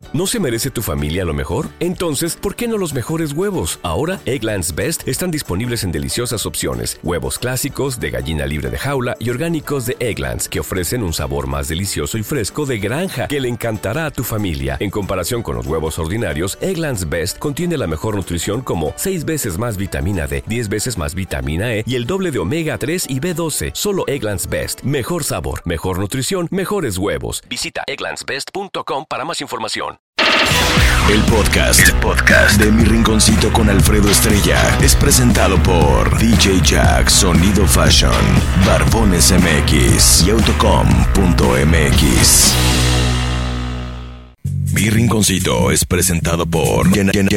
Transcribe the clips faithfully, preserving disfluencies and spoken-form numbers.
¿No se merece tu familia lo mejor? Entonces, ¿por qué no los mejores huevos? Ahora, Eggland's Best están disponibles en deliciosas opciones. Huevos clásicos, de gallina libre de jaula y orgánicos de Eggland's, que ofrecen un sabor más delicioso y fresco de granja que le encantará a tu familia. En comparación con los huevos ordinarios, Eggland's Best contiene la mejor nutrición como seis veces más vitamina D, diez veces más vitamina E y el doble de omega tres y B doce. Solo Eggland's Best. Mejor sabor, mejor nutrición, mejores huevos. Visita egglands best punto com para más información. El podcast, el podcast de Mi Rinconcito con Alfredo Estrella es presentado por D J Jack Sonido Fashion, Barbones M X y autocom punto m x. Mi Rinconcito es presentado por Genaro,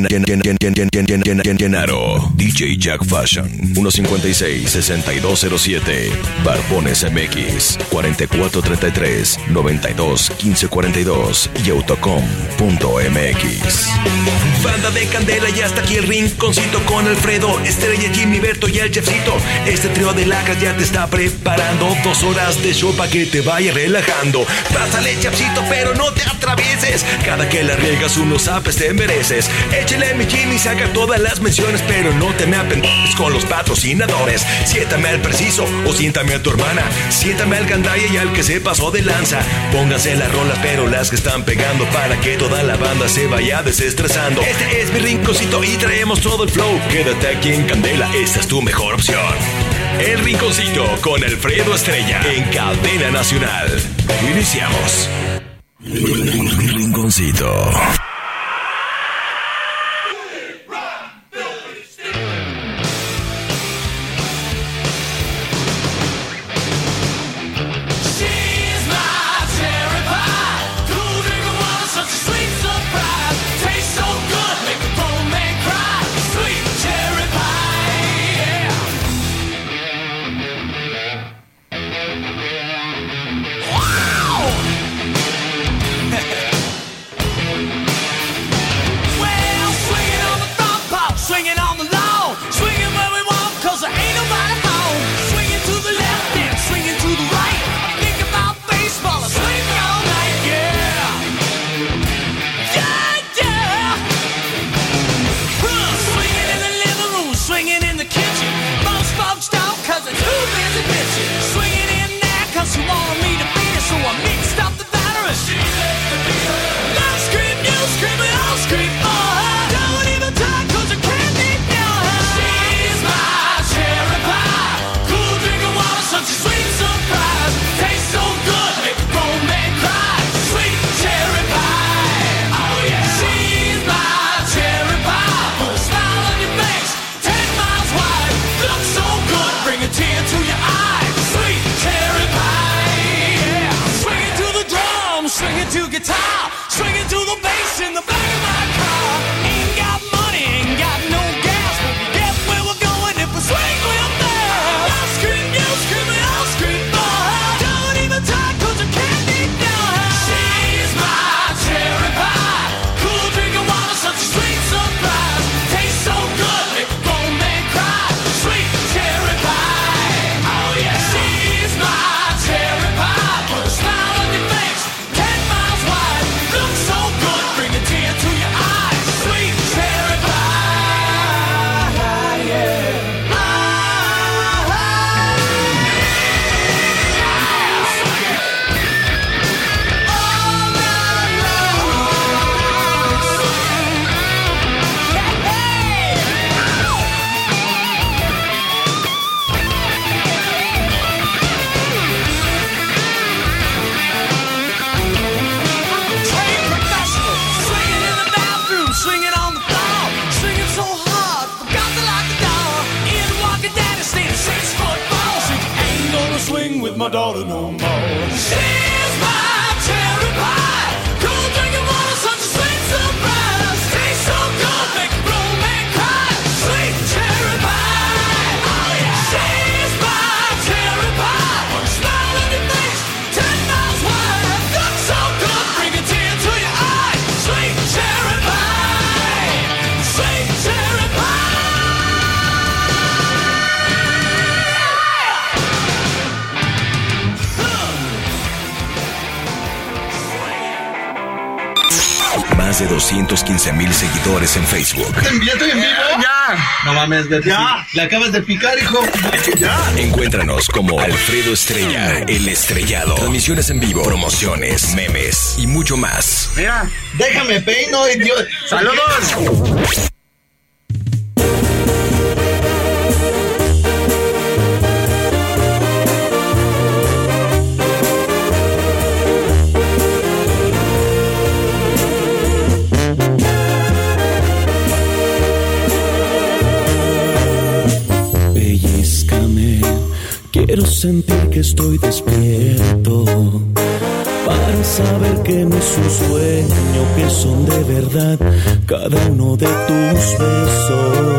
D J Jack Fashion, uno cincuenta y seis, sesenta y dos cero siete, Barbones M X, cuarenta y cuatro treinta y tres, noventa y dos, quince cuarenta y dos y autocom punto m x. Banda de Candela y hasta aquí el Rinconcito con Alfredo, Estrella, Jimmy, Berto y el Chefcito. Este trío de lacas ya te está preparando dos horas de show para que te vaya relajando. Pásale, Chefcito, pero no te atravieses. Cada que la riegas unos apes te mereces. Échale mi Jimmy, saca todas las menciones, pero no te me apendejes con los patrocinadores. Siéntame al preciso o siéntame a tu hermana. Siéntame al gandaya y al que se pasó de lanza. Pónganse las rolas, pero las que están pegando, para que toda la banda se vaya desestresando. Este es Mi Rinconcito y traemos todo el flow. Quédate aquí en Candela, esta es tu mejor opción. El Rinconcito con Alfredo Estrella en Cadena Nacional. Iniciamos. Mi Rinconcito. My daughter no more. She's my cherry pie. Cool drinking water, such a sweet surprise. Tastes so good, make a grown man cry. Sweet cherry pie. Oh yeah. She's my cherry pie. Smile on your face, ten miles wide. Looks so good, bring a tear to your eye. Sweet cherry pie. Sweet cherry pie. Más de doscientos quince mil seguidores en Facebook. ¿Ya estoy en vivo? ¡Ya! No mames, Beto. ¡Ya! ¡Le acabas de picar, hijo! ¡Ya! Encuéntranos como Alfredo Estrella, El Estrellado. Transmisiones en vivo, promociones, memes y mucho más. Mira, déjame peino, idiota. ¡Saludos! Quiero sentir que estoy despierto para saber que no es un sueño, que son de verdad cada uno de tus besos.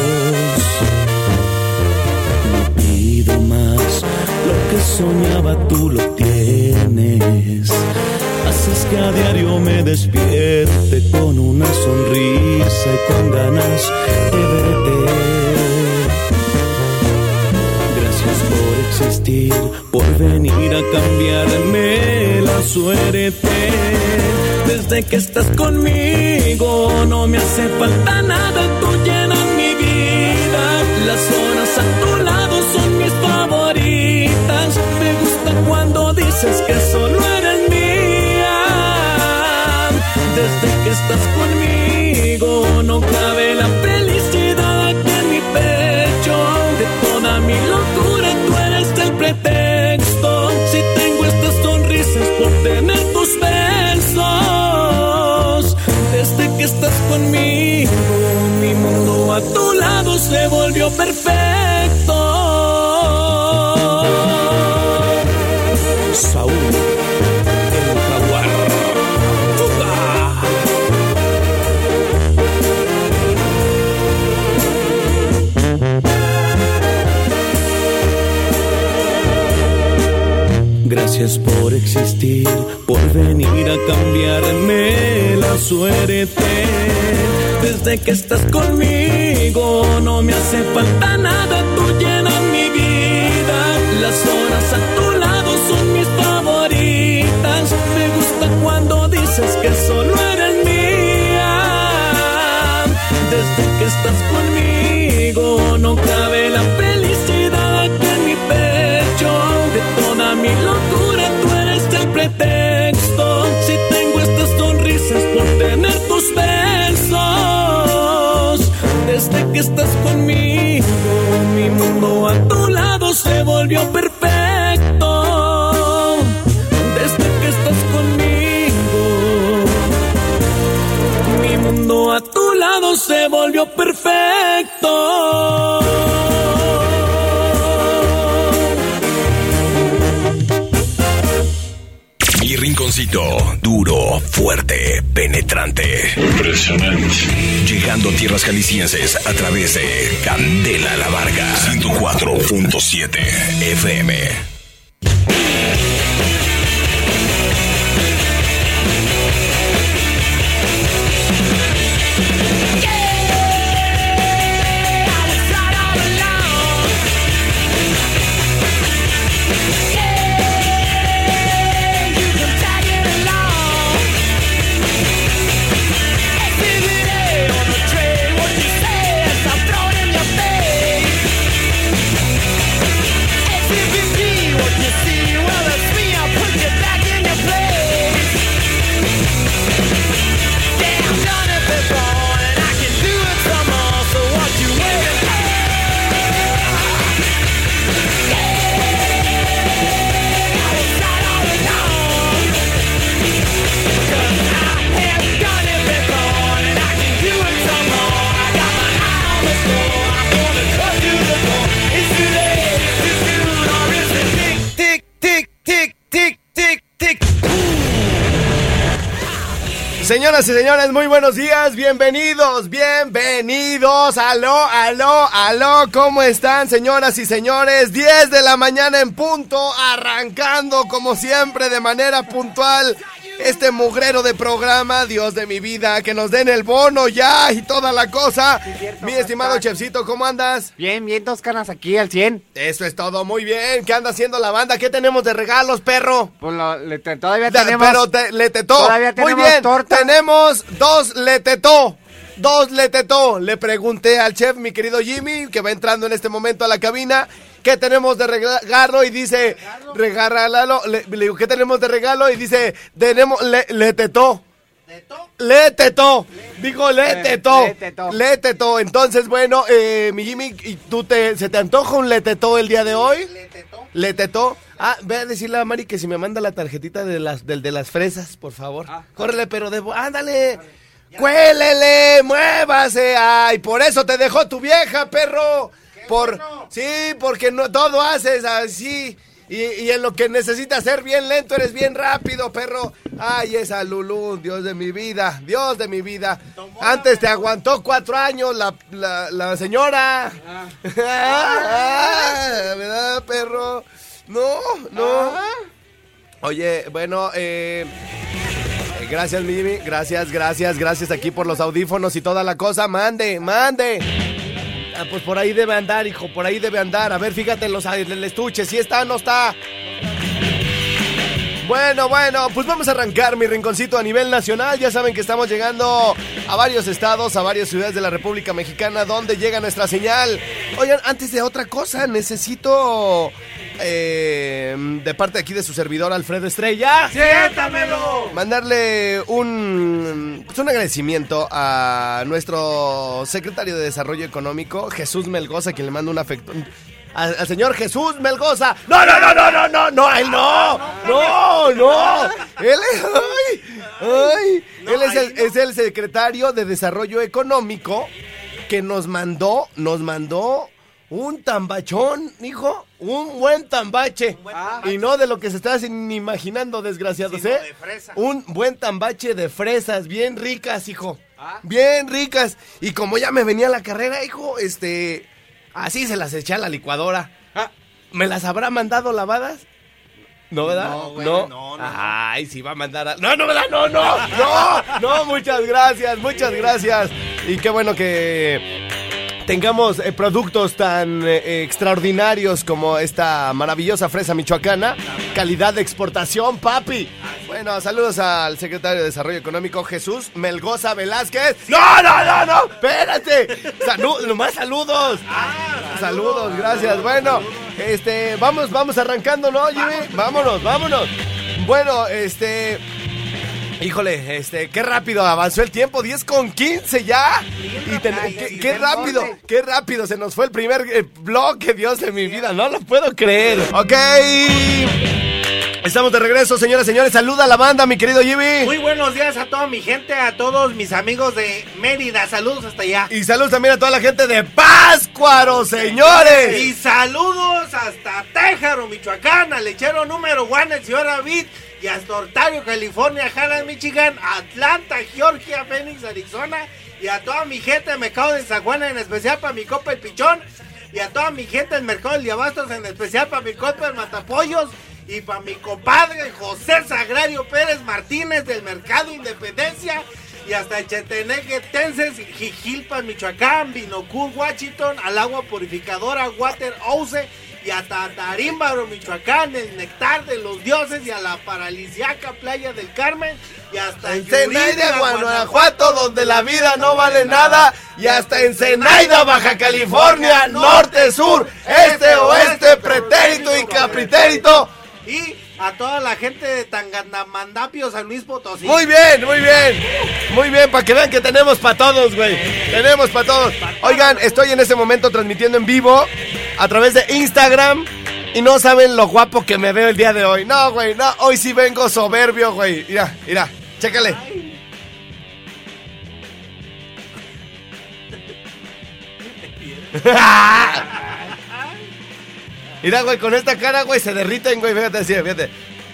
No pido más, lo que soñaba tú lo tienes. Haces que a diario me despierte con una sonrisa y con ganas de verte. Existir, por venir a cambiarme la suerte. Desde que estás conmigo no me hace falta nada, tú llenas mi vida. Las horas a tu lado son mis favoritas. Me gusta cuando dices que solo eres mía. Desde que estás conmigo no cabe la felicidad aquí en mi pecho. De toda mi locura tú eres el pretexto. Si tengo estas sonrisas por tener tus besos. Desde que estás conmigo mi mundo a tu lado se volvió perfecto. Saúl, el jaguar. Gracias por existir, por venir a cambiarme la suerte. Desde que estás conmigo no me hace falta nada, tú llenas mi vida. Las horas a tu lado son mis favoritas. Me gusta cuando dices que solo eres mía. Desde que estás conmigo no cabe la felicidad aquí en mi pecho. De toda mi locura tú eres el pretexto. Si tengo estas sonrisas por tener tus besos. Desde que estás conmigo mi mundo a tu lado se volvió perfecto. Desde que estás conmigo mi mundo a tu lado se volvió perfecto. Mi rinconcito, duro, fuerte, penetrante. Impresionante. Llegando a tierras jaliscienses a través de Candela La Varga, ciento cuatro punto siete F M. Señoras y señores, muy buenos días, bienvenidos, bienvenidos, aló, aló, aló, ¿cómo están, señoras y señores? diez de la mañana en punto, arrancando como siempre de manera puntual este mugrero de programa, Dios de mi vida, que nos den el bono ya y toda la cosa. Sí, cierto, mi estimado chefcito, ¿cómo andas? Bien, bien, dos canas aquí al cien. Eso es todo, muy bien. ¿Qué anda haciendo la banda? ¿Qué tenemos de regalos, perro? Pues lo, le, todavía Da, tenemos... Pero te, le tetó. Todavía tenemos muy bien, torta. tenemos dos le tetó. Dos le tetó. Le pregunté al chef, mi querido Jimmy, que va entrando en este momento a la cabina, ¿qué tenemos de regalo? Y dice, regálalo. Le, le digo, ¿qué tenemos de regalo? Y dice, tenemos, le, le tetó. Le tetó. Digo, le tetó. Le tetó. Le tetó. Entonces, bueno, eh, mi Jimmy, ¿y tú te, se te antoja un le tetó el día de hoy? Le tetó. Le tetó. Ah, ve a decirle a Mari que si me manda la tarjetita de las, del de las fresas, por favor. Ah, Córrele, pero de... Ándale. Cuélele, muévase. Ay, por eso te dejó tu vieja, perro. Por, bueno. Sí, porque no todo haces así. Y, y en lo que necesitas ser bien lento, eres bien rápido, perro. Ay, esa Lulú, Dios de mi vida, Dios de mi vida. Antes te aguantó cuatro años la, la, la señora. Ah. Ah, ¿verdad, perro? No, no. Ah. Oye, bueno, eh... gracias, Mimi, gracias, gracias, gracias aquí por los audífonos y toda la cosa. Mande, mande. Ah, pues por ahí debe andar, hijo, por ahí debe andar. A ver, fíjate en los, el estuche, si está o no está. Bueno, bueno, pues vamos a arrancar mi rinconcito a nivel nacional. Ya saben que estamos llegando a varios estados, a varias ciudades de la República Mexicana, donde llega nuestra señal. Oigan, antes de otra cosa, necesito... Eh, de parte aquí de su servidor Alfredo Estrella, ¡siéntamelo! Mandarle un, pues un agradecimiento a nuestro secretario de Desarrollo Económico, Jesús Melgoza, quien le manda un afecto... Al, al señor Jesús Melgoza. No, no, no, no, no, no, no, a él no. No, no. Él es, ay, ay, él es el, es el secretario de Desarrollo Económico que nos mandó, nos mandó un tambachón, hijo, un buen tambache. Ah, y no de lo que se está imaginando, desgraciados, ¿eh? De fresa. Un buen tambache de fresas, bien ricas, hijo. Ah. Bien ricas. Y como ya me venía la carrera, hijo, este... así se las eché a la licuadora. Ah. ¿Me las habrá mandado lavadas? ¿No, verdad? No, güey, no. no, no. Ay, sí va a mandar a... No, no, ¿verdad? No, no, no, no, muchas gracias, muchas gracias. Y qué bueno que tengamos eh, productos tan eh, extraordinarios como esta maravillosa fresa michoacana. Calidad de exportación, papi. Bueno, saludos al secretario de Desarrollo Económico, Jesús Melgoza Velázquez. ¡No, no, no, no! ¡Espérate! Salud, nomás saludos. Ah, saludos, gracias. Bueno, este, vamos, vamos arrancando, ¿no, Jimmy? Vámonos, vámonos. Bueno, este... híjole, este, qué rápido avanzó el tiempo, diez con quince ya. Y ten, qué, qué rápido, qué rápido se nos fue el primer eh, bloque, Dios de mi vida, no lo puedo creer. Ok, estamos de regreso, señoras y señores. Saluda a la banda, mi querido Jimmy. Muy buenos días a toda mi gente, a todos mis amigos de Mérida. Saludos hasta allá. Y saludos también a toda la gente de Pátzcuaro, señores. Y saludos hasta Téjaro, Michoacán, al lechero número uno, el señor David. Y hasta Ontario, California, Harlan, Michigan, Atlanta, Georgia, Phoenix, Arizona. Y a toda mi gente del mercado de San Juan, en especial para mi copa el Pichón. Y a toda mi gente del mercado de Abastos, en especial para mi copa el Matapollos. Y para mi compadre José Sagrario Pérez Martínez del Mercado Independencia. Y hasta Cheteneque, Tenses, Jijilpan, Michoacán, Binocur, Washington, al agua purificadora Water House. Y hasta Tarímbaro, Michoacán, el Nectar de los Dioses. Y a la paradisíaca Playa del Carmen. Y hasta Ensenaida, Guanajuato, donde la vida no vale nada. Y hasta Ensenaida, Baja California, norte, sur, este, oeste, pretérito y capritérito. Y a toda la gente de Tangamandapio, San Luis Potosí. Muy bien, muy bien. Muy bien, para que vean que tenemos para todos, güey. Tenemos para todos. Oigan, estoy en este momento transmitiendo en vivo a través de Instagram. Y no saben lo guapo que me veo el día de hoy. No, güey, no. Hoy sí vengo soberbio, güey. Mira, mira, chécale. Mira, güey, con esta cara, güey, se derriten, güey. Fíjate así, fíjate.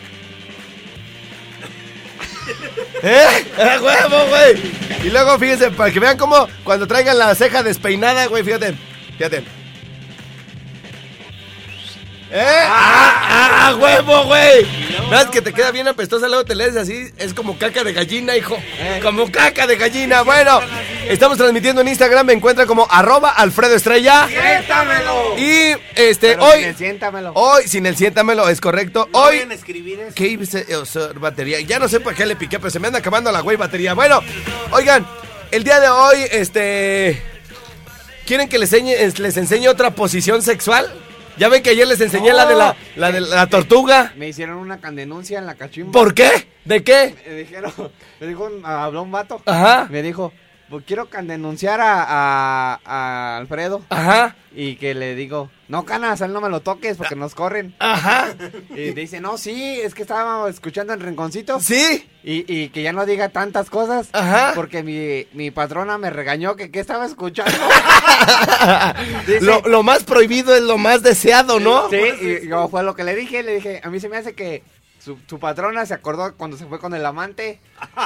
¿Eh? ¡A huevo, güey! Y luego, fíjense, para que vean cómo cuando traigan la ceja despeinada, güey, fíjate. Fíjate. ¿Eh? ¡Ah, ah, huevo, güey! ¿Verdad que te queda bien apestosa? Luego te lees así, es como caca de gallina, hijo. Como caca de gallina. Bueno, estamos transmitiendo en Instagram, me encuentra como arroba Alfredo Estrella. ¡Siéntamelo! Y este, Pero hoy, sin el siéntamelo. hoy, sin el siéntamelo, es correcto. No Hoy, vayan a escribir eso. ¿qué hice? O sea, batería. Ya no sé para qué le piqué, pero se me anda acabando la güey batería. Bueno, oigan, el día de hoy, este... ¿Quieren que les enseñe, les enseñe otra posición sexual? Ya ven que ayer les enseñé No. la de la, la de la tortuga. Me hicieron una candenuncia en la cachimba. ¿Por qué? ¿De qué? Me dijeron, me dijo, un- habló un vato. Ajá. Me dijo, pues quiero candenunciar a, a, a Alfredo. Ajá. Y que le digo, no, canas, a él no me lo toques porque nos corren. Ajá. Y dice, no, sí, es que estaba escuchando en Rinconcito. Sí. Y, y que ya no diga tantas cosas. Ajá. Porque mi, mi patrona me regañó que qué estaba escuchando. Dice- Lo, lo más prohibido es lo más deseado, ¿no? Sí, y yo fue lo que le dije, le dije, a mí se me hace que su, su patrona se acordó cuando se fue con el amante.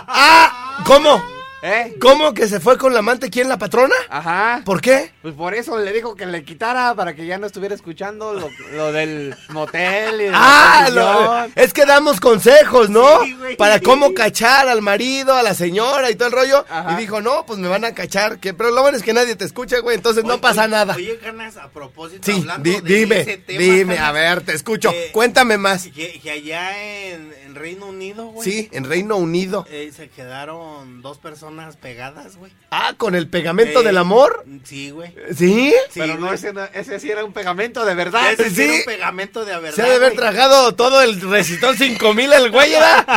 ¡Ah! ¿Cómo? ¿Eh? ¿Cómo que se fue con la amante? ¿Quién, la patrona? Ajá. ¿Por qué? Pues por eso le dijo que le quitara para que ya no estuviera escuchando lo, lo del motel y de la Ah, lo- posición. es que damos consejos, ¿no? Sí, güey. Para cómo cachar al marido, a la señora y todo el rollo. Ajá. Y dijo, no, pues me van a cachar. Que, pero lo bueno es que nadie te escucha, güey, entonces no Oye, pasa oye, nada. Oye, Canas, a propósito, Sí, hablando di- de dime, ese tema, dime, Canas, a ver, te escucho. eh, Cuéntame más. Que, que allá en, en Reino Unido, güey. Sí, en Reino Unido. eh, se quedaron dos personas pegadas, güey. Ah, con el pegamento Eh, del amor. Sí, güey. ¿Sí? Sí, Pero no, güey. ese, no- ese sí era un pegamento de verdad. Ese sí sí. era un pegamento de a verdad. Se ha de haber güey. tragado todo el recitón cinco mil el güey, ¿verdad?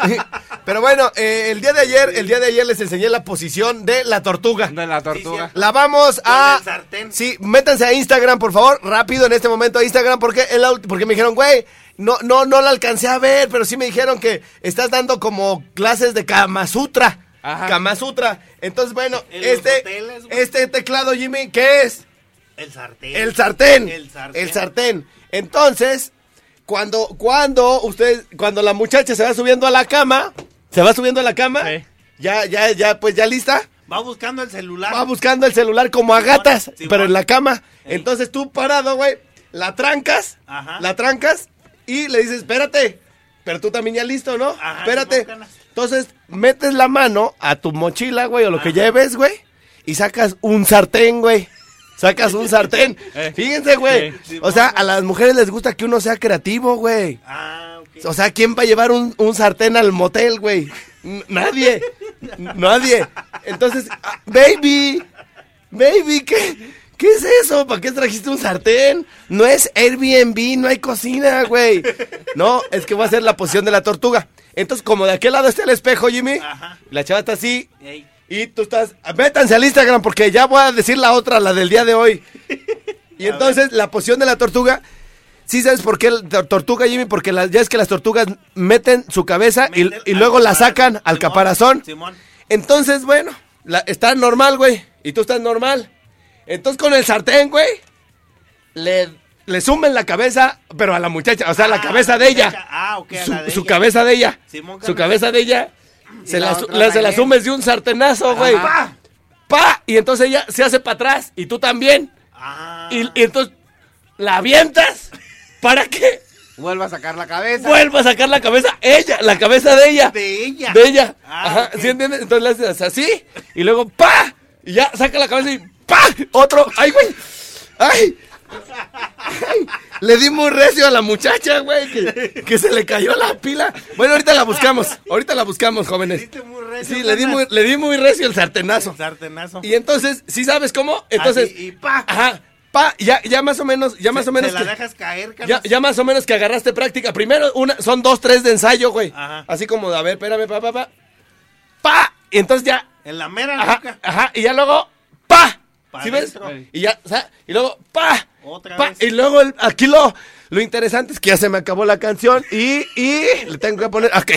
Pero bueno, eh, el día de ayer, el día de ayer les enseñé la posición de la tortuga. De la tortuga. La vamos a... Con el sartén. Sí, métanse a Instagram, por favor, rápido en este momento a Instagram, porque, el, aut- porque me dijeron, güey, no, no, no la alcancé a ver, pero sí me dijeron que estás dando como clases de Kama Sutra. Ajá. Kama Sutra. Entonces, bueno, En los este, hoteles, güey. este teclado, Jimmy, ¿qué es? El sartén. El sartén. El sartén. El sartén. Entonces, cuando, cuando usted, cuando la muchacha se va subiendo a la cama, se va subiendo a la cama, Sí. ya, ya, ya, pues ya lista, Va buscando el celular. va buscando el celular como a gatas, Simón. pero en la cama. Ey. Entonces tú parado, güey, la trancas, Ajá. la trancas y le dices, espérate, pero tú también ya listo, ¿no? Ajá, Espérate. Simón, canas. Entonces metes la mano a tu mochila, güey, o lo que lleves, güey, y sacas un sartén, güey. Sacas un sartén. Fíjense, güey. Sí. O sea, a las mujeres les gusta que uno sea creativo, güey. Ah, ok. O sea, ¿quién va a llevar un, un sartén al motel, güey? N- Nadie. N- Nadie. Entonces, ah, baby, baby, ¿qué, ¿qué es eso? ¿Para qué trajiste un sartén? No es Airbnb, no hay cocina, güey. No, es que va a ser la posición de la tortuga. Entonces, como de aquel lado está el espejo, Jimmy, Ajá. la chava está así, Ey. y tú estás, métanse al Instagram porque ya voy a decir la otra, la del día de hoy. Y entonces la posición de la tortuga, ¿sí sabes por qué la tor- tortuga, Jimmy? Porque las, ya es que las tortugas meten su cabeza y, Meten y al luego la caparazón. sacan al Simón, caparazón. Simón. Entonces, bueno, la, está normal, güey, y tú estás normal. Entonces con el sartén, güey, le, le sumen la cabeza, pero a la muchacha, o sea, la Ah, cabeza la de ella. muchacha. Ah, ok, a Su, la de su ella. cabeza de ella. Simón, Su carnal. cabeza de ella. Se la la, su- otra la- se la también. sumes de un sartenazo, güey. Ajá. ¡Pa! Y entonces ella se hace para atrás y tú también. Ah. Y, y entonces la avientas para que Vuelva a sacar la cabeza. vuelva a sacar la cabeza ella, la cabeza de ella. De ella. De ella. Ah, Ajá, ok. ¿sí entiendes? Entonces le haces así y luego ¡pa! Y ya saca la cabeza y ¡pa! Otro. ¡Ay, güey! ¡Ay! Ay, le di muy recio a la muchacha, güey, que, que se le cayó la pila. Bueno, ahorita la buscamos, ahorita la buscamos, jóvenes. Diste muy recio, Sí, le di Canas. muy, le di muy recio el sartenazo. Sartenazo. Y entonces, ¿sí sabes cómo? Entonces, Así, y pa. ajá, pa, ya, ya más o menos, ya más Se- o menos Se la que- dejas caer, ya, Canas. ya más o menos que agarraste práctica. Primero, una, son dos, tres de ensayo, güey. Ajá. Así como, de, a ver, espérame, pa, pa, pa. Pa, y entonces ya, En la mera ajá, nuca. ajá, y ya luego, pa. Pa' ¿Sí ves? adentro. Y ya, o sea, y luego, pa. Otra pa, vez. y luego, el- aquí lo, lo interesante es que ya se me acabó la canción y, y le tengo que poner, ok.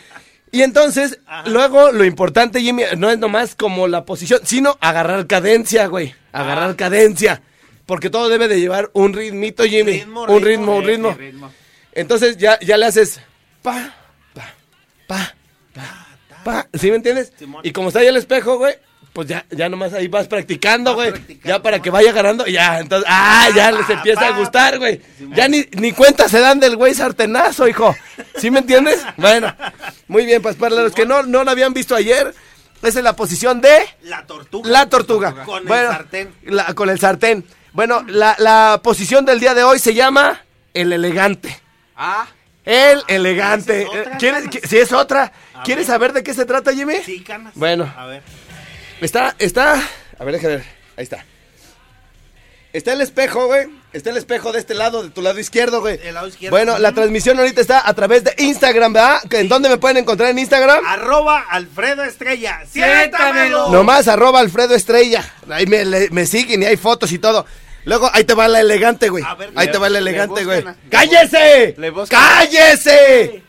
Y entonces, Ajá. luego, lo importante, Jimmy, no es nomás como la posición, sino agarrar cadencia, güey. Agarrar Ah. cadencia. Porque todo debe de llevar un ritmito, Jimmy. Ritmo, un ritmo, ritmo, un sí, ritmo. Sí, ritmo. Entonces ya, ya le haces pa, pa, pa, pa, pa. ¿Sí me entiendes? Simón. Y como está ahí el espejo, güey, Pues ya, ya nomás ahí vas practicando, güey. Ya para que vaya ganando, ya, entonces, ah, ya les empieza a gustar, güey. Ya ni, ni cuenta se dan del güey sartenazo, hijo. ¿Sí me entiendes? Bueno, muy bien, pues para los que no, no lo habían visto ayer, esa es la posición de... La tortuga. La tortuga. Con Bueno, el sartén. la- con el sartén. Bueno, la, la posición del día de hoy se llama el elegante. Ah. El elegante. ¿Esa es otra, ¿Quieres, Canas? qui- si es otra. A ¿Quieres ver. saber de qué se trata, Jimmy? Sí, Canas. Bueno. A ver. Está, está, a ver, déjame ver, ahí está. Está el espejo, güey, está el espejo de este lado, de tu lado izquierdo, güey. El lado izquierdo. Bueno, la transmisión ahorita está a través de Instagram, ¿verdad? ¿En dónde me pueden encontrar en Instagram? Arroba Alfredo Estrella. ¡Siéntamelo! Nomás, arroba Alfredo Estrella. Ahí me, le- me siguen y hay fotos y todo. Luego, ahí te va la elegante, güey. A ver, Ahí le- te va la le elegante, güey. buscan a- ¡Cállese! le buscan- ¡Cállese!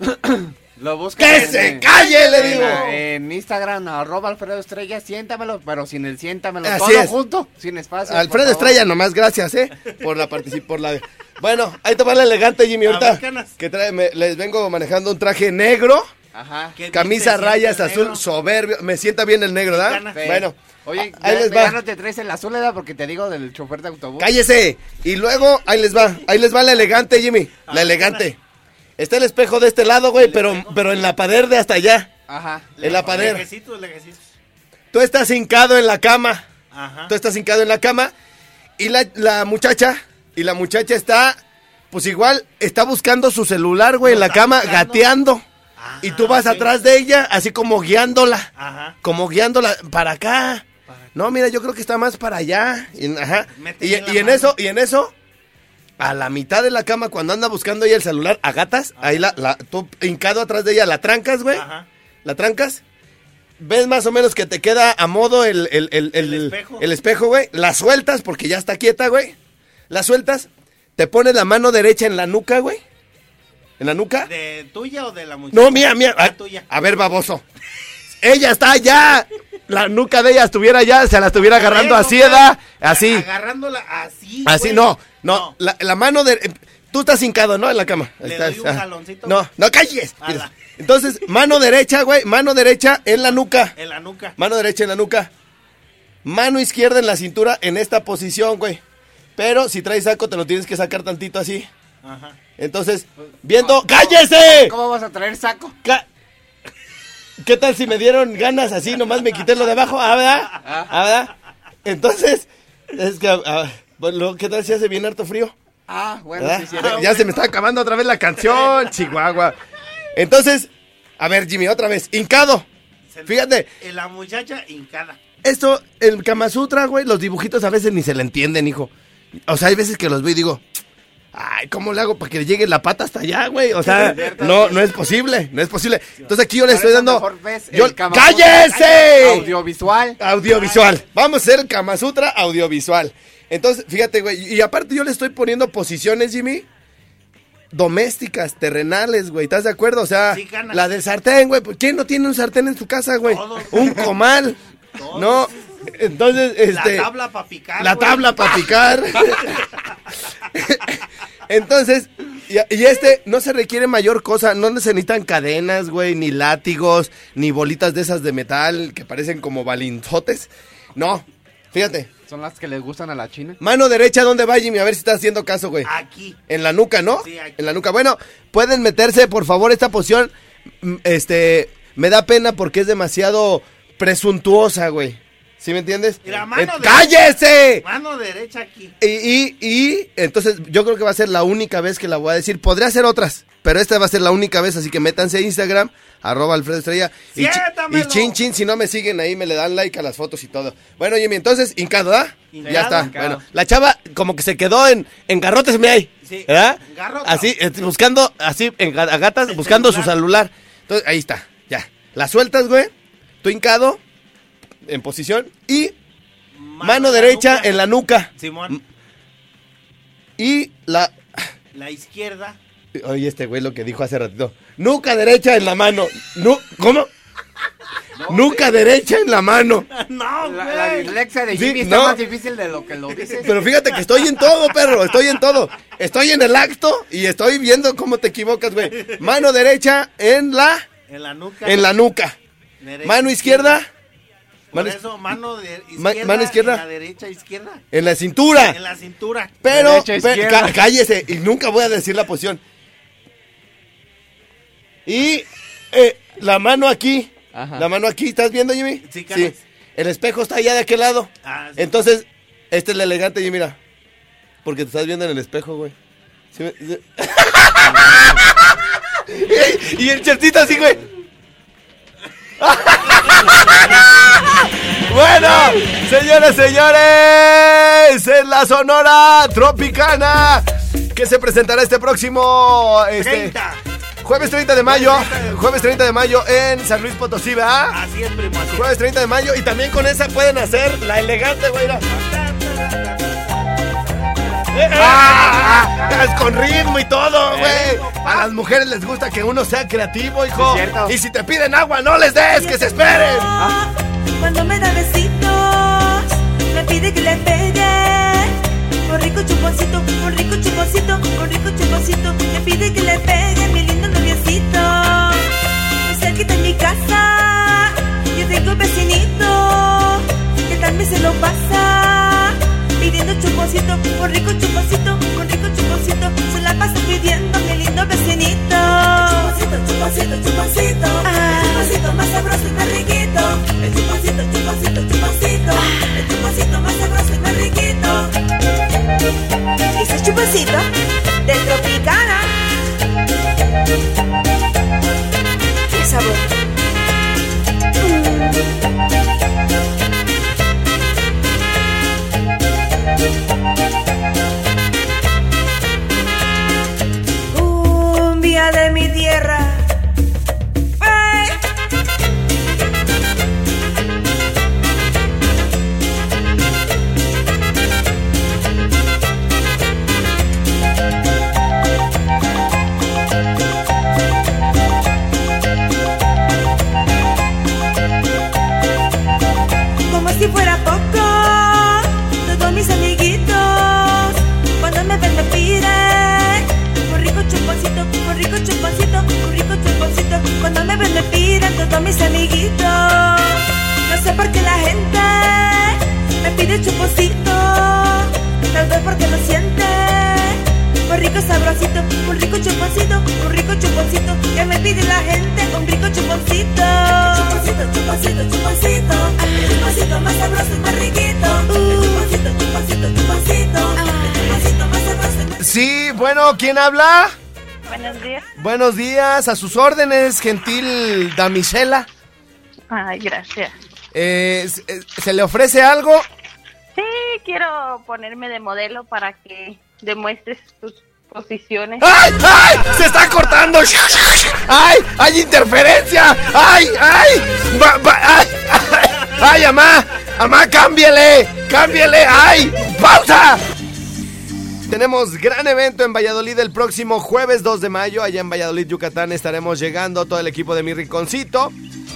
Lo buscan ¡Que se calle, le en, digo! en Instagram, arroba Alfredo Estrella, siéntamelo, pero sin el siéntamelo, Así todo es. junto, sin espacio. Alfredo por favor. Estrella, nomás gracias, ¿eh? Por la participación, por la... Bueno, ahí te va la elegante, Jimmy, A ahorita. ver, Canas. Que trae, me- les vengo manejando un traje negro, Ajá. ¿Qué camisa viste? rayas ¿Siente azul, negro? soberbio. Me sienta bien el negro, ¿verdad? Canas. Sí. Bueno, Oye, ahí ya, les ya va. no te traes el azul, ¿verdad? Porque te digo del chofer de autobús. Cállese. Y luego, ahí les va, ahí les va la elegante, Jimmy. La elegante. Está el espejo de este lado, güey, pero, pero en la pared de hasta allá. Ajá. En la pared. Lejecitos, lejecitos. Tú estás hincado en la cama. Ajá. Tú estás hincado en la cama. Y la, la muchacha, y la muchacha está, pues igual, está buscando su celular, güey, en la está cama, buscando? gateando. Ajá, Y tú vas ok. atrás de ella, así como guiándola. Ajá. Como guiándola para acá. No, mira, yo creo que está más para allá. Y, ajá. Mete Y, bien la y en mano. eso, y en eso, a la mitad de la cama, cuando anda buscando ella el celular, a gatas, ahí la, la, tú hincado atrás de ella, la trancas, güey. Ajá. La trancas. Ves más o menos que te queda a modo el, el, el, el, El espejo. el espejo, güey. La sueltas porque ya está quieta, güey. La sueltas. Te pones la mano derecha en la nuca, güey. En la nuca. ¿De tuya o de la muchacha? No, mía, mía. Ah, A, tuya. a ver, baboso. Ella está allá. La nuca de ella estuviera allá, se la estuviera agarrando Eso, así, güey. ¿verdad? Así. Agarrándola así. Así, güey. no, no. La, la mano de. eh, Tú estás hincado, ¿no? En la cama. Ahí Le estás, doy un ah. jaloncito. No, no calles. A la- Entonces, mano derecha, güey. Mano derecha en la nuca. En la nuca. Mano derecha en la nuca. Mano izquierda en la cintura en esta posición, güey. Pero si traes saco, te lo tienes que sacar tantito así. Ajá. Entonces, viendo. ¿Cómo- ¡Cállese! ¿Cómo vas a traer saco? Ca- ¿Qué tal si me dieron ganas así? Nomás me quité lo de abajo. ¿Ah, verdad? ¿Ah, verdad? Entonces, es que. ah, bueno, ¿qué tal si hace bien harto frío? Ah, bueno, ¿Verdad? sí, sí. eres- Ya se me está acabando otra vez la canción, Chihuahua. Entonces, a ver, Jimmy, otra vez. Hincado. Se- Fíjate, En la muchacha hincada. esto, el Kama Sutra, güey, los dibujitos a veces ni se le entienden, hijo. O sea, hay veces que los veo y digo, ay, ¿cómo le hago para que le llegue la pata hasta allá, güey? O sea, no, no es posible, no es posible. Entonces aquí yo le Por estoy eso dando... mejor ves el Yo, Kama Sutra ¡cállese! Audiovisual. Audiovisual. Vamos a hacer el Kama Sutra audiovisual. Entonces, fíjate, güey, y aparte yo le estoy poniendo posiciones, Jimmy, domésticas, terrenales, güey, ¿estás de acuerdo? O sea, Sí, ganas. la del sartén, güey, pues, ¿quién no tiene un sartén en su casa, güey? Todos. Un comal, Todos. ¿no? Entonces, este... La tabla para picar. La güey. tabla para picar. Entonces, y, y este no se requiere mayor cosa, no se necesitan cadenas, güey, ni látigos, ni bolitas de esas de metal que parecen como balinzotes. No, fíjate. Son las que les gustan a la China. Mano derecha, ¿dónde va, Jimmy? A ver si estás haciendo caso, güey. Aquí. En la nuca, ¿no? Sí, aquí. En la nuca. Bueno, pueden meterse, por favor, esta posición. mm, Este, me da pena porque es demasiado presuntuosa, güey. ¿Sí me entiendes? Mira, mano Eh, derecha. ¡Cállese! Mano derecha aquí. Y, y, y, entonces yo creo que va a ser la única vez que la voy a decir. Podría ser otras, pero esta va a ser la única vez, así que métanse a Instagram, arroba Alfredo Estrella. Y, chi- ¡Siéntamelo! y chin chin, si no me siguen ahí, me le dan like a las fotos y todo. Bueno, Jimmy, entonces, hincado, ¿ah? Hincado. Ya está. Hincado. Bueno, la chava como que se quedó en, en garrotes, me hay. Sí, ¿Verdad? garrote. Así, eh, buscando, así, en ga- a gatas, El buscando celular. su celular. Entonces, ahí está, ya. La sueltas, güey. Tú hincado, en posición, y mano, en la derecha nuca. en la nuca. Simón. Y la... La izquierda. Oye, este güey lo que dijo hace ratito. Nuca derecha en la mano. Nu ¿Cómo? Nuca derecha en la mano. No, La, la güey. dislexia de Sí, Jimmy está no. más difícil de lo que lo dices. Pero fíjate que estoy en todo, perro. Estoy en todo. Estoy en el acto y estoy viendo cómo te equivocas, güey. Mano derecha en la... En la nuca. En la nuca. Derecha, Mano izquierda Por Mano, eso, mano de Ma- izquierda, mano izquierda. en la derecha, izquierda. En la cintura. En la cintura. Pero, Derecha, pe- izquierda. ca- cállese, y nunca voy a decir la posición. Y eh, la mano aquí. Ajá. La mano aquí, ¿estás viendo, Jimmy? Sí, Carlos. El espejo está allá de aquel lado. Ah, sí. Entonces, este es el elegante, Jimmy, mira. Porque te estás viendo en el espejo, güey. ¿Sí me- sí? Y el chertito así, güey. Bueno, señores, señores, en la Sonora Tropicana, que se presentará este próximo este, treinta. jueves treinta de mayo, jueves treinta de mayo en San Luis Potosí, ¿verdad? Así es, primo, así es. Jueves treinta de mayo, y también con esa pueden hacer la elegante, güey. mira. Eh, eh, ah, ah, con ritmo y todo, güey. A las mujeres les gusta que uno sea creativo, hijo. Sí, cierto. Y si te piden agua, no les des, que se esperen. Cuando me da besitos, me pide que le pegue. Un rico chuponcito, un rico chuponcito, un rico chuponcito. Me pide que le pegue, mi lindo noviecito. Muy cerquita en mi casa, yo tengo un vecinito que también se lo pasa pidiendo chuponcito, un rico chuponcito, un rico chuponcito. Se la pasa pidiendo, mi lindo vecinito. Chuponcito, chuponcito, chuponcito. Ah. El chuponcito más sabroso y más riquito. El chuponcito, chuponcito, chuponcito. El chuponcito más sabroso y más riquito. Ese es chuponcito de Tropicana. ¡Qué sabor! Cumbia de mi tierra. ¡Ay! Como si fuera poco, todos mis amiguitos cuando me ven me piden un rico chuponcito, un rico chuponcito, un rico chuponcito. Cuando me ven me piden todos mis amiguitos. No sé por qué la gente me pide chuponcito, tal vez porque lo siente. Un rico sabrosito, un rico chuponcito, un rico chuponcito. Que me pide la gente un rico chuponcito. Chuponcito, chuponcito, chuponcito. El chuponcito más sabroso y más riquito. El chuponcito, chuponcito, chuponcito. El chuponcito más sabroso y más... Sí, bueno, ¿quién habla? Buenos días. Buenos días, a sus órdenes, gentil damisela. Ay, gracias. Eh, ¿se- ¿Se le ofrece algo? Sí, quiero ponerme de modelo para que demuestres tus posiciones. ¡Ay, ay! ¡Se está cortando! ¡Ay, hay interferencia! ¡Ay, ay! Va- va- ¡Ay, ay! ¡Ay, amá! ¡Amá, cámbiele! ¡Cámbiele! ¡Ay! ¡Pausa! Tenemos gran evento en Valladolid el próximo jueves dos de mayo. Allá en Valladolid, Yucatán, estaremos llegando todo el equipo de Mi Rinconcito.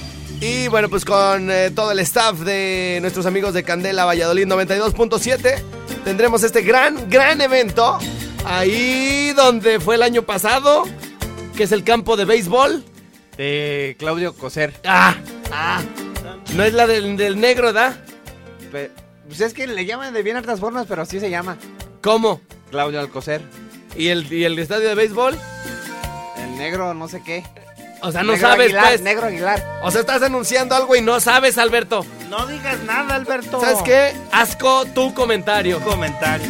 Y bueno, pues con eh, todo el staff de nuestros amigos de Candela Valladolid noventa y dos punto siete tendremos este gran, gran evento ahí donde fue el año pasado, que es el campo de béisbol. De Claudio Coser. Ah, ah, no es la del, del negro, ¿verdad? Pe- Pues es que le llaman de bien hartas formas, pero así se llama. ¿Cómo? Claudio Alcocer. ¿Y el, y el estadio de béisbol? El negro no sé qué. O sea, no Negro sabes, Aguilar, pues. Negro Aguilar. O sea, estás anunciando algo y no sabes, Alberto. No digas nada, Alberto. ¿Sabes qué? Asco tu comentario. Comentario.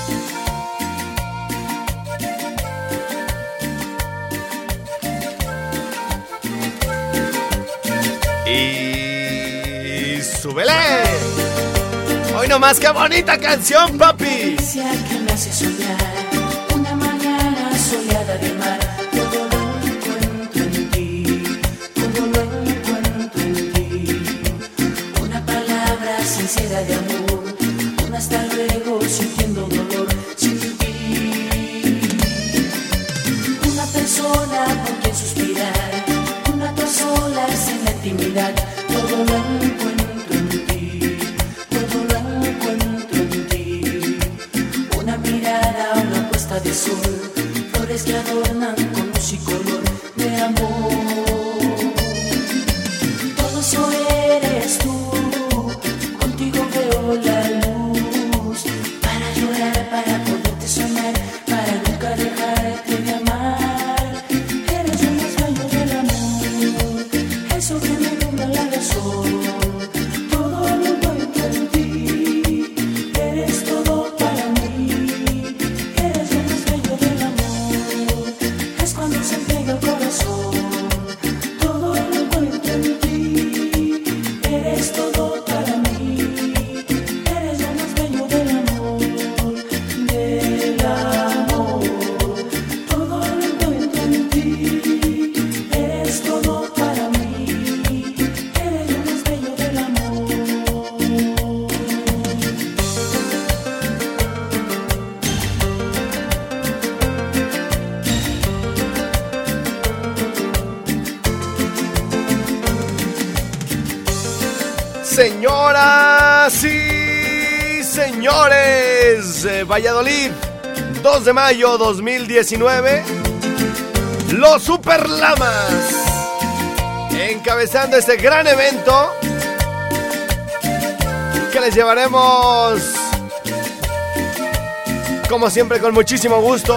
Y súbele. Hoy nomás, qué bonita canción, papi. Que me hace soñar una mañana soleada de mar. Todo lo encuentro en ti, todo lo encuentro en ti. Una palabra sincera de amor, un hasta luego sintiendo dolor sin ti. Una persona por quien suspirar, un rato solas en la intimidad. Todo lo encuentro en ti, todo lo encuentro en ti. Una mirada, una puesta de sol, flores que adornan con luz y color de amor. Todo eso eres tú, Señoras y señores, eh, Valladolid, dos de mayo dos mil diecinueve, los Super Lamas, encabezando este gran evento que les llevaremos, como siempre, con muchísimo gusto.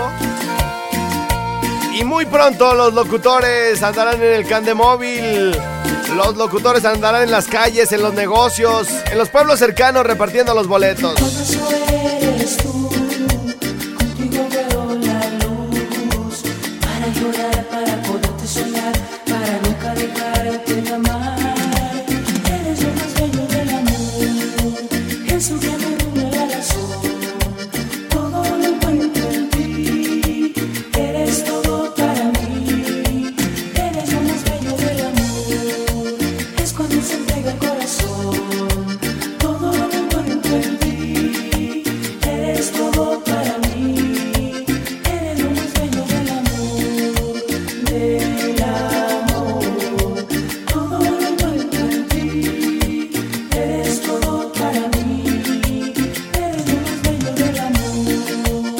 Y muy pronto los locutores andarán en el Candemóvil. Los locutores andarán en las calles, en los negocios, en los pueblos cercanos repartiendo los boletos. Todo eso eres tú, contigo veo la luz, para llorar, para poderte soñar, para nunca dejarte de amar. Eres lo más bello del amor, eso que me une la razón, todo lo encuentro en ti, eres todo para mí, eres lo más bello del amor, es cuando se entrega el corazón, todo lo encuentro en ti, eres todo para mí, eres lo más bello del amor, del amor, todo lo encuentro en ti, eres todo para mí, eres lo más bello del amor.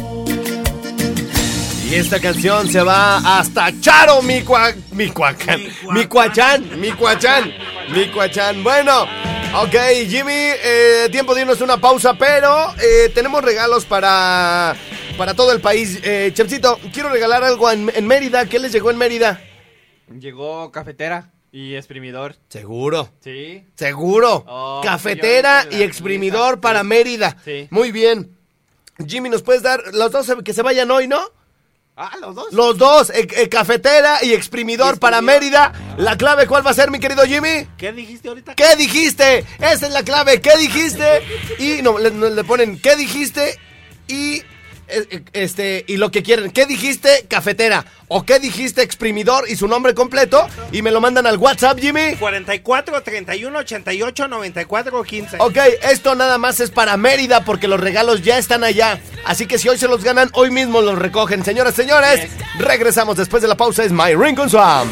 Y esta canción se va hasta Charo, Micua, Micuacán, Micuachán, Micuachán, Micuachán. Bueno, ok, Jimmy, eh, tiempo de irnos a una pausa, pero eh, tenemos regalos para, para todo el país. Eh, Chepsito, quiero regalar algo en, en Mérida. ¿Qué les llegó en Mérida? Llegó cafetera y exprimidor. Seguro. Sí. Seguro. Oh, Cafetera yo hice y la exprimidor camisa, para sí. Mérida. Sí. Muy bien. Jimmy, ¿nos puedes dar los dos que se vayan hoy, no? Ah, los dos. Los dos, eh, eh, cafetera y exprimidor para Mérida. La clave, ¿cuál va a ser, mi querido Jimmy? ¿Qué dijiste ahorita? ¿Qué dijiste? Esa es la clave. ¿Qué dijiste? Y no, le, no, le ponen ¿qué dijiste? Y eh, este y lo que quieren. ¿Qué dijiste? Cafetera. ¿O qué dijiste? Exprimidor y su nombre completo. Y me lo mandan al WhatsApp, Jimmy. cuarenta y cuatro, treinta y uno, ochenta y ocho, noventa y cuatro, quince. Ok, esto nada más es para Mérida porque los regalos ya están allá. Así que si hoy se los ganan, hoy mismo los recogen. Señoras, señores, regresamos después de la pausa. Es My Rincon Swamp.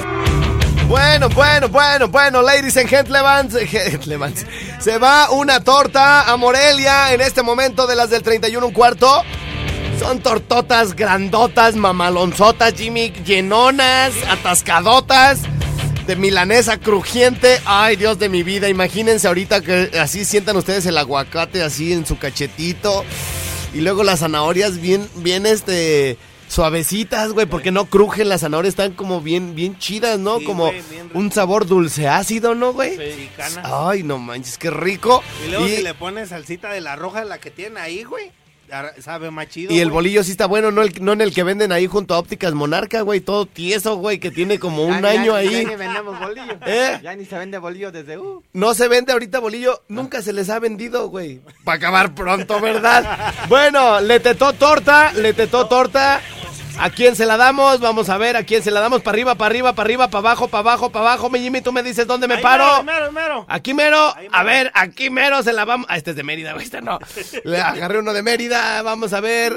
Bueno, bueno, bueno, bueno, ladies and gentlemen, gentlemen, se va una torta a Morelia en este momento de las del treinta y uno un cuarto. Son tortotas grandotas, mamalonzotas, Jimmy, llenonas, atascadotas, de milanesa crujiente. Ay, Dios de mi vida, imagínense ahorita que así sientan ustedes el aguacate así en su cachetito. Y luego las zanahorias bien, bien, este... suavecitas, güey, porque no crujen las zanahorias, están como bien, bien chidas, ¿no? Sí, como güey, bien rico. un sabor dulce ácido, ¿no, güey? Sí, canas. Ay, no manches, qué rico. Y luego Y, si le pones salsita de la roja, la que tiene ahí, güey, ar- sabe más chido, y el güey. bolillo sí está bueno, no, el, no en el que venden ahí junto a Ópticas Monarca, güey, todo tieso, güey, que tiene como un Ya- año ya- ahí. Ya ni vendemos bolillo. ¿Eh? Ya ni se vende bolillo desde uh. No se vende ahorita bolillo, nunca se les ha vendido, güey. Para acabar pronto, ¿verdad? Bueno, le tetó torta, le tetó torta. ¿A quién se la damos? Vamos a ver a quién se la damos. Para arriba, para arriba, para arriba, para abajo, para abajo, para abajo. Mi Jimmy, tú me dices dónde me Ahí paro. mero, mero, mero. Aquí mero. Ahí mero. A ver, aquí mero se la vamos. Ah, este es de Mérida, güey, este no. Le agarré uno de Mérida. Vamos a ver,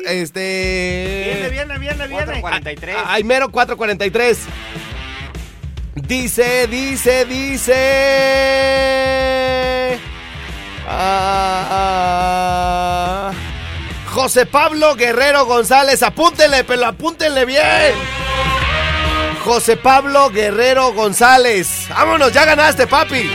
este. Viene, viene, viene, cuatro viene. cuarenta y tres. Ay, mero cuatro cuarenta y tres. Dice, dice, dice. Ah, ah, José Pablo Guerrero González. Apúntenle, pero apúntenle bien. José Pablo Guerrero González. Vámonos, ya ganaste, papi.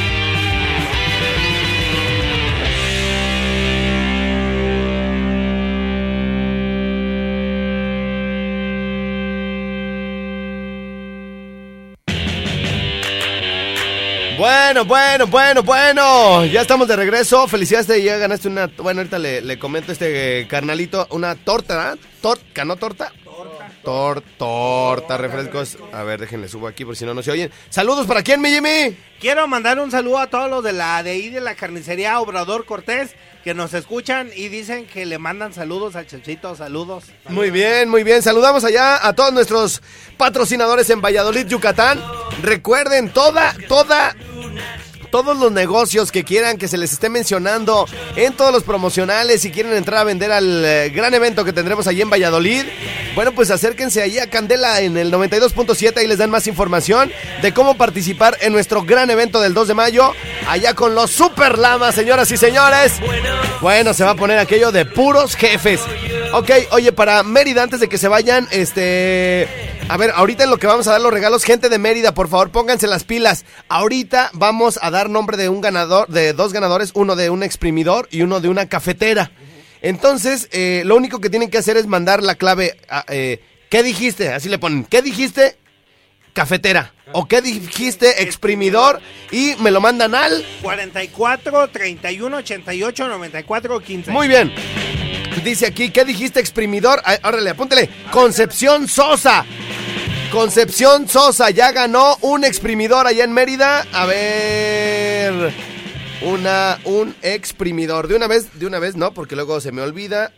Bueno, bueno, bueno, bueno. Ya estamos de regreso. Felicidades, ya ganaste una. Bueno, ahorita le, le comento a este eh, carnalito. Una torta, ¿eh? Torta, ¿no torta? Torta. Tor, torta, refrescos. A ver, déjenle subo aquí por si no, no se oyen. Saludos para quién, mi Jimmy. Quiero mandar un saludo a todos los de la de ahí de la carnicería Obrador Cortés que nos escuchan y dicen que le mandan saludos al Chepsito, saludos. Muy bien, muy bien. Saludamos allá a todos nuestros patrocinadores en Valladolid, Yucatán. Recuerden, toda, toda, todos los negocios que quieran que se les esté mencionando en todos los promocionales, si quieren entrar a vender al eh, gran evento que tendremos allí en Valladolid, bueno, pues acérquense ahí a Candela en el noventa y dos punto siete, ahí les dan más información de cómo participar en nuestro gran evento del dos de mayo, allá con los Super Lamas, señoras y señores. Bueno, se va a poner aquello de puros jefes. Ok, oye, para Mérida, antes de que se vayan, este... A ver, ahorita en lo que vamos a dar los regalos, gente de Mérida, por favor, pónganse las pilas. Ahorita vamos a dar nombre de un ganador, de dos ganadores, uno de un exprimidor y uno de una cafetera. Entonces, eh, lo único que tienen que hacer es mandar la clave, a, eh, ¿qué dijiste? Así le ponen, ¿qué dijiste? Cafetera. ¿O qué dijiste? Exprimidor. Y me lo mandan al... cuarenta y cuatro, treinta y uno, ochenta y ocho, noventa y cuatro, quince. Muy bien. Dice aquí, ¿qué dijiste? Exprimidor. Ay, órale, apúntele. Concepción Sosa. Concepción Sosa ya ganó un exprimidor allá en Mérida. A ver... Una, un exprimidor. De una vez, de una vez no, porque luego se me olvida.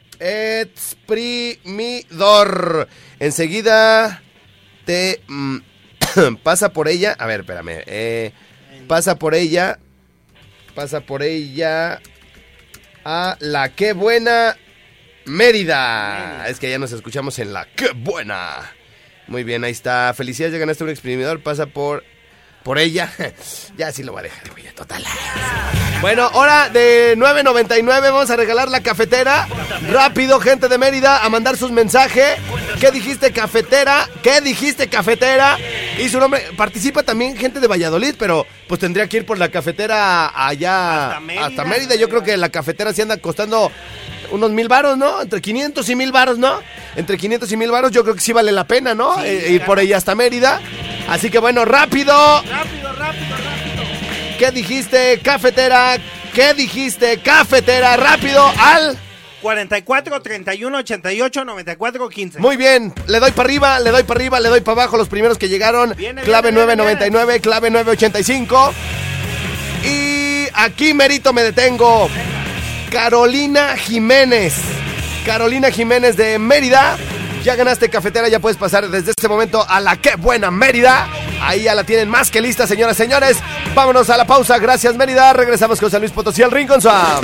Exprimidor. Enseguida te mm, pasa por ella. A ver, espérame. Eh, pasa por ella. Pasa por ella a la Qué Buena Mérida. Es que ya nos escuchamos en la Qué Buena. Muy bien, ahí está. Felicidades, ya ganaste un exprimidor. Pasa por... Por ella. Ya sí lo voy a dejar, güey, total. Bueno, hora de nueve noventa y nueve. Vamos a regalar la cafetera. Rápido, gente de Mérida, a mandar sus mensajes. ¿Qué dijiste, cafetera? ¿Qué dijiste, cafetera? Y su nombre. Participa también gente de Valladolid, pero pues tendría que ir por la cafetera allá hasta Mérida. Hasta Mérida. Yo creo que la cafetera sí anda costando unos mil varos, ¿no? Entre quinientos y mil varos, ¿no? Entre quinientos y mil varos yo creo que sí vale la pena, ¿no? Sí, eh, ir por ella hasta Mérida. Así que bueno, rápido. Rápido, rápido, rápido. ¿Qué dijiste, cafetera? ¿Qué dijiste, cafetera? Rápido al... cuarenta y cuatro, treinta y uno, ochenta y ocho, noventa y cuatro, quince. Muy bien, le doy para arriba, le doy para arriba, le doy para abajo. Los primeros que llegaron, viene, clave viene, nueve noventa y nueve, viene. Clave nueve ochenta y cinco. Y aquí merito me detengo. Carolina Jiménez. Carolina Jiménez de Mérida. Ya ganaste cafetera, ya puedes pasar desde este momento a la Qué Buena Mérida. Ahí ya la tienen más que lista, señoras y señores. Vámonos a la pausa. Gracias, Mérida. Regresamos con San Luis Potosí, el Rincón Swam.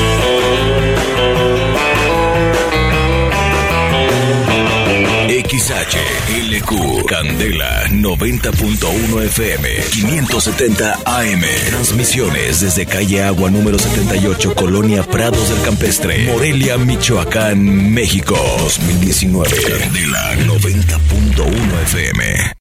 X H L Q Candela noventa punto uno F M quinientos setenta A M. Transmisiones desde calle Agua número setenta y ocho, Colonia Prados del Campestre, Morelia, Michoacán, México. dos mil diecinueve. Candela noventa punto uno F M.